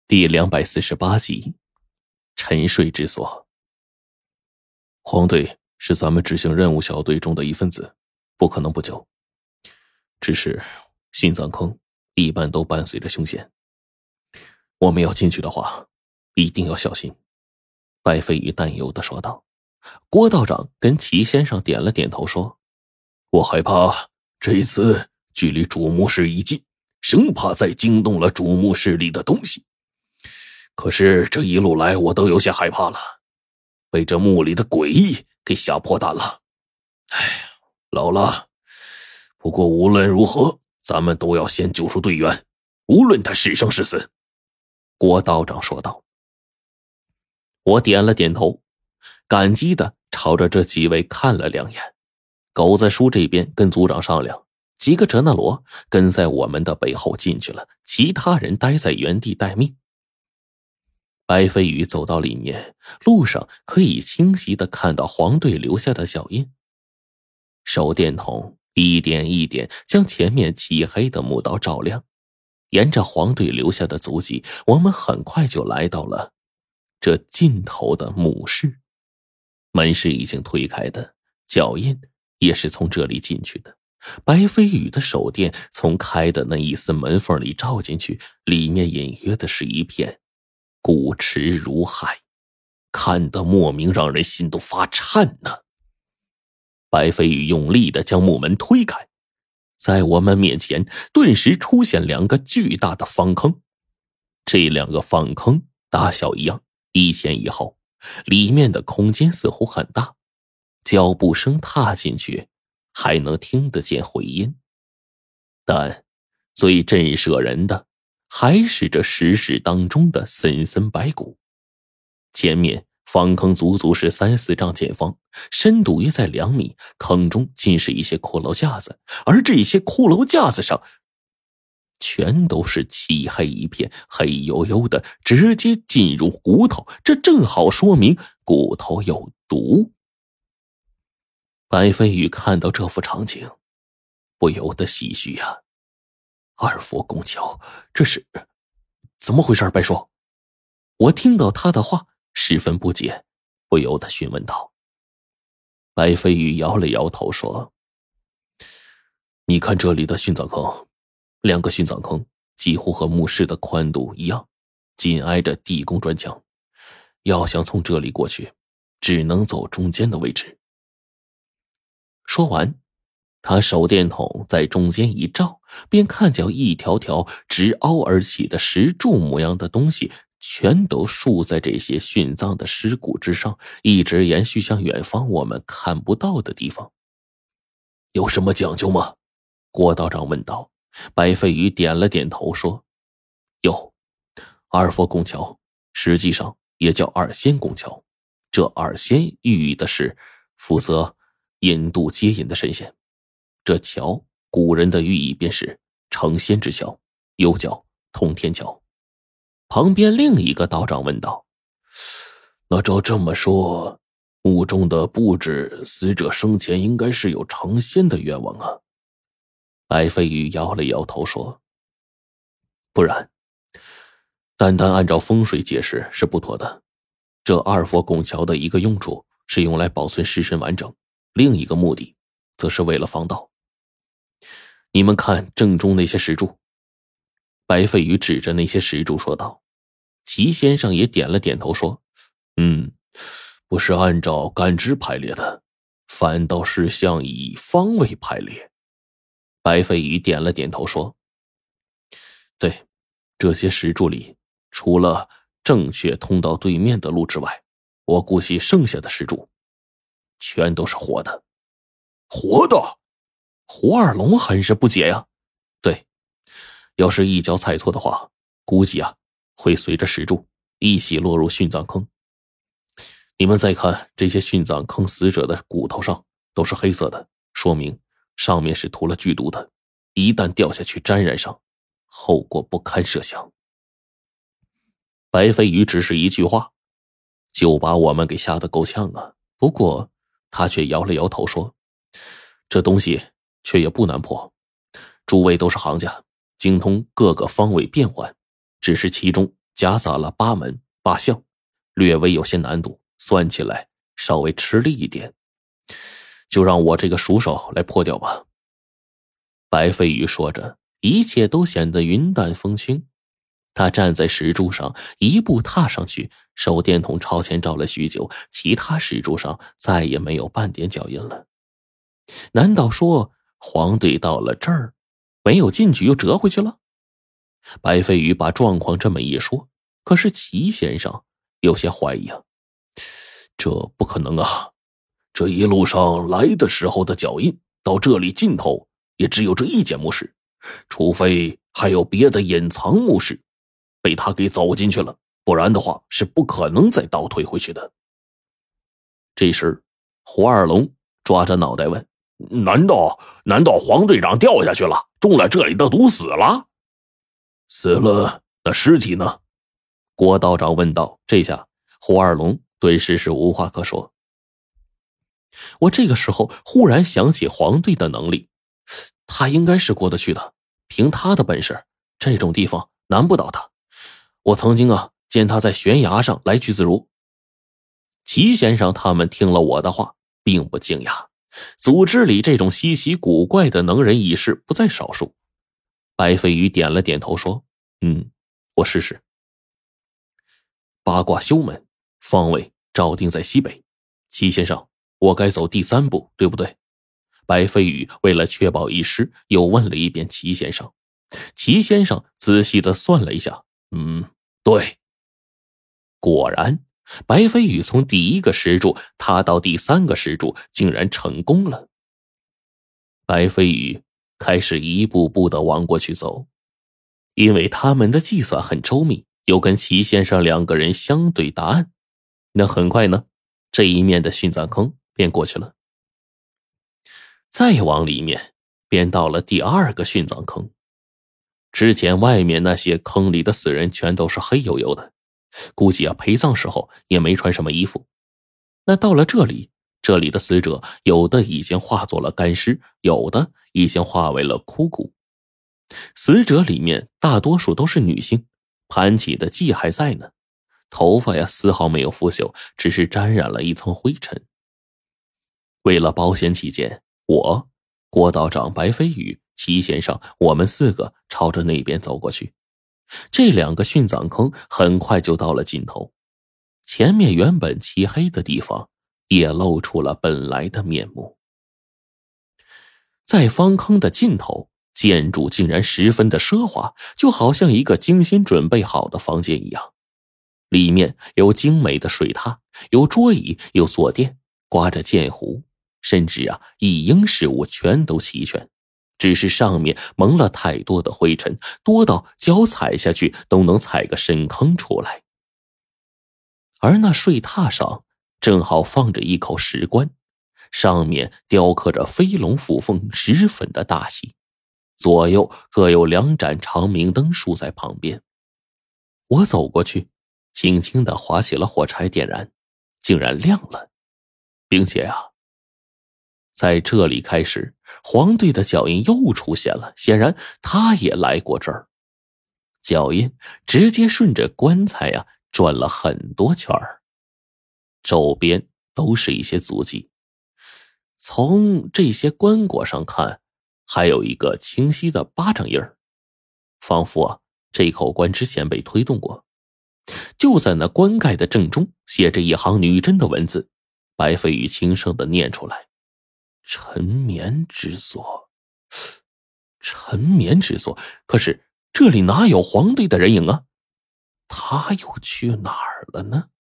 第248集，沉睡之所。黄队是咱们执行任务小队中的一份子，不可能不救。只是殉葬坑一般都伴随着凶险，我们要进去的话，一定要小心。白飞宇担忧地说道。郭道长跟齐先生点了点头说： 我害怕这一次距离主墓室一近，生怕再惊动了主墓室里的东西。可是这一路来我都有些害怕了，被这墓里的诡异给吓破胆了。哎呀，老了。不过无论如何，咱们都要先救出队员，无论他是生是死。 郭道长说道。我点了点头，感激的朝着这几位看了两眼。狗子叔这边跟组长商量，几个哲那罗跟在我们的背后进去了，其他人待在原地待命。白飞宇走到里面，路上可以清晰地看到黄队留下的脚印。手电筒一点一点将前面漆黑的墓道照亮，沿着黄队留下的足迹，我们很快就来到了这尽头的墓室。门是已经推开的，脚印也是从这里进去的。白飞宇的手电从开的那一丝门缝里照进去，里面隐约的是一片古池如海，看得莫名让人心都发颤呢。白飞宇用力地将木门推开，在我们面前顿时出现两个巨大的方坑。这两个方坑大小一样，一前一后，里面的空间似乎很大，脚步声踏进去还能听得见回音。但最震慑人的还是这石室当中的森森白骨。前面方坑足足是3-4丈见方，深度约在2米，坑中尽是一些骷髅架子，而这些骷髅架子上全都是漆黑一片，黑黝黝的，直接进入骨头，这正好说明骨头有毒。白飞宇看到这幅场景，不由得唏嘘呀。二佛拱桥，这是怎么回事？白叔，我听到他的话十分不解，不由得询问道。白飞宇摇了摇头说：你看这里的殉葬坑，2个殉葬坑几乎和墓室的宽度一样，紧挨着地宫砖墙，要想从这里过去，只能走中间的位置。说完，他手电筒在中间一照，便看见一条条直凹而起的石柱模样的东西，全都竖在这些殉葬的尸骨之上，一直延续向远方我们看不到的地方。 有什么讲究吗？ 郭道长问道。白飞宇点了点头说：有，二佛拱桥实际上也叫二仙拱桥，这二仙寓意的是负责引渡接引的神仙。这桥古人的寓意便是成仙之桥，又叫通天桥。旁边另一个道长问道： 那照这么说，墓中的布置，死者生前应该是有成仙的愿望啊。 白飞宇摇了摇头说：不然，单单按照风水解释是不妥的。这二佛拱桥的一个用处是用来保存尸身完整，另一个目的则是为了防盗。你们看正中那些石柱。白飞宇指着那些石柱说道。齐先生也点了点头说： 不是按照干支排列的，反倒是像以方位排列。 白飞宇点了点头说：对，这些石柱里除了正确通到对面的路之外，我估计剩下的石柱全都是活的。 活的？ 胡二龙很是不解呀。对，要是一脚踩错的话，估计会随着石柱一起落入殉葬坑。你们再看这些殉葬坑死者的骨头上都是黑色的，说明上面是涂了剧毒的，一旦掉下去沾染上，后果不堪设想。白飞宇只是一句话就把我们给吓得够呛啊。不过他却摇了摇头说：这东西却也不难破，诸位都是行家，精通各个方位变换，只是其中夹杂了八门八项，略微有些难度，算起来稍微吃力一点。就让我这个熟手来破掉吧。白飞宇说着，一切都显得云淡风轻。他站在石柱上，一步踏上去，手电筒朝前照了许久，其他石柱上再也没有半点脚印了。难道说黄队到了这儿没有进去又折回去了？白飞宇把状况这么一说，可是齐先生有些怀疑啊。 这不可能啊，这一路上来的时候的脚印到这里尽头也只有这一间墓室，除非还有别的隐藏墓室被他给走进去了，不然的话是不可能再倒退回去的。 这时胡二龙抓着脑袋问， 难道黄队长掉下去了，中了这里的毒死了？死了，那尸体呢？ 郭道长问道。这下胡二龙顿时是无话可说。我这个时候忽然想起黄队的能力，他应该是过得去的，凭他的本事，这种地方难不倒他。我曾经见他在悬崖上来去自如。齐先生他们听了我的话，并不惊讶，组织里这种稀奇古怪的能人异士不在少数。白飞宇点了点头说，我试试。八卦修门方位照定在西北，齐先生，我该走第3步，对不对？白飞宇为了确保一时，又问了一遍齐先生。齐先生仔细地算了一下， 对。 果然，白飞宇从第1个石柱踏到第3个石柱，竟然成功了。白飞宇开始一步步地往过去走，因为他们的计算很周密，又跟齐先生2个人相对答案，那很快呢，这一面的殉葬坑便过去了。再往里面，便到了第2个殉葬坑。之前外面那些坑里的死人全都是黑黝黝的，估计陪葬时候也没穿什么衣服。那到了这里，这里的死者有的已经化作了干尸，有的已经化为了枯骨。死者里面大多数都是女性，盘起的髻还在呢，头发丝毫没有腐朽，只是沾染了一层灰尘。为了保险起见，我、郭道长、白飞宇、齐先生，我们4个朝着那边走过去。这2个殉葬坑很快就到了尽头，前面原本漆黑的地方也露出了本来的面目。在方坑的尽头，建筑竟然十分的奢华，就好像一个精心准备好的房间一样。里面有精美的水榻，有桌椅，有坐垫，挂着剑壶，甚至一应事物全都齐全，只是上面蒙了太多的灰尘，多到脚踩下去都能踩个深坑出来。而那睡榻上正好放着一口石棺，上面雕刻着飞龙附凤，十分的大气，左右各有2盏长明灯竖在旁边。我走过去，轻轻地划起了火柴点燃，竟然亮了，并且在这里开始，黄队的脚印又出现了，显然他也来过这儿。脚印直接顺着棺材转了很多圈儿，周边都是一些足迹。从这些棺椁上看，还有一个清晰的巴掌印儿，仿佛这口棺之前被推动过。就在那棺盖的正中写着一行女真的文字，白飞宇轻声地念出来：沉眠之所。沉眠之所，可是这里哪有黄队的人影啊？他又去哪儿了呢？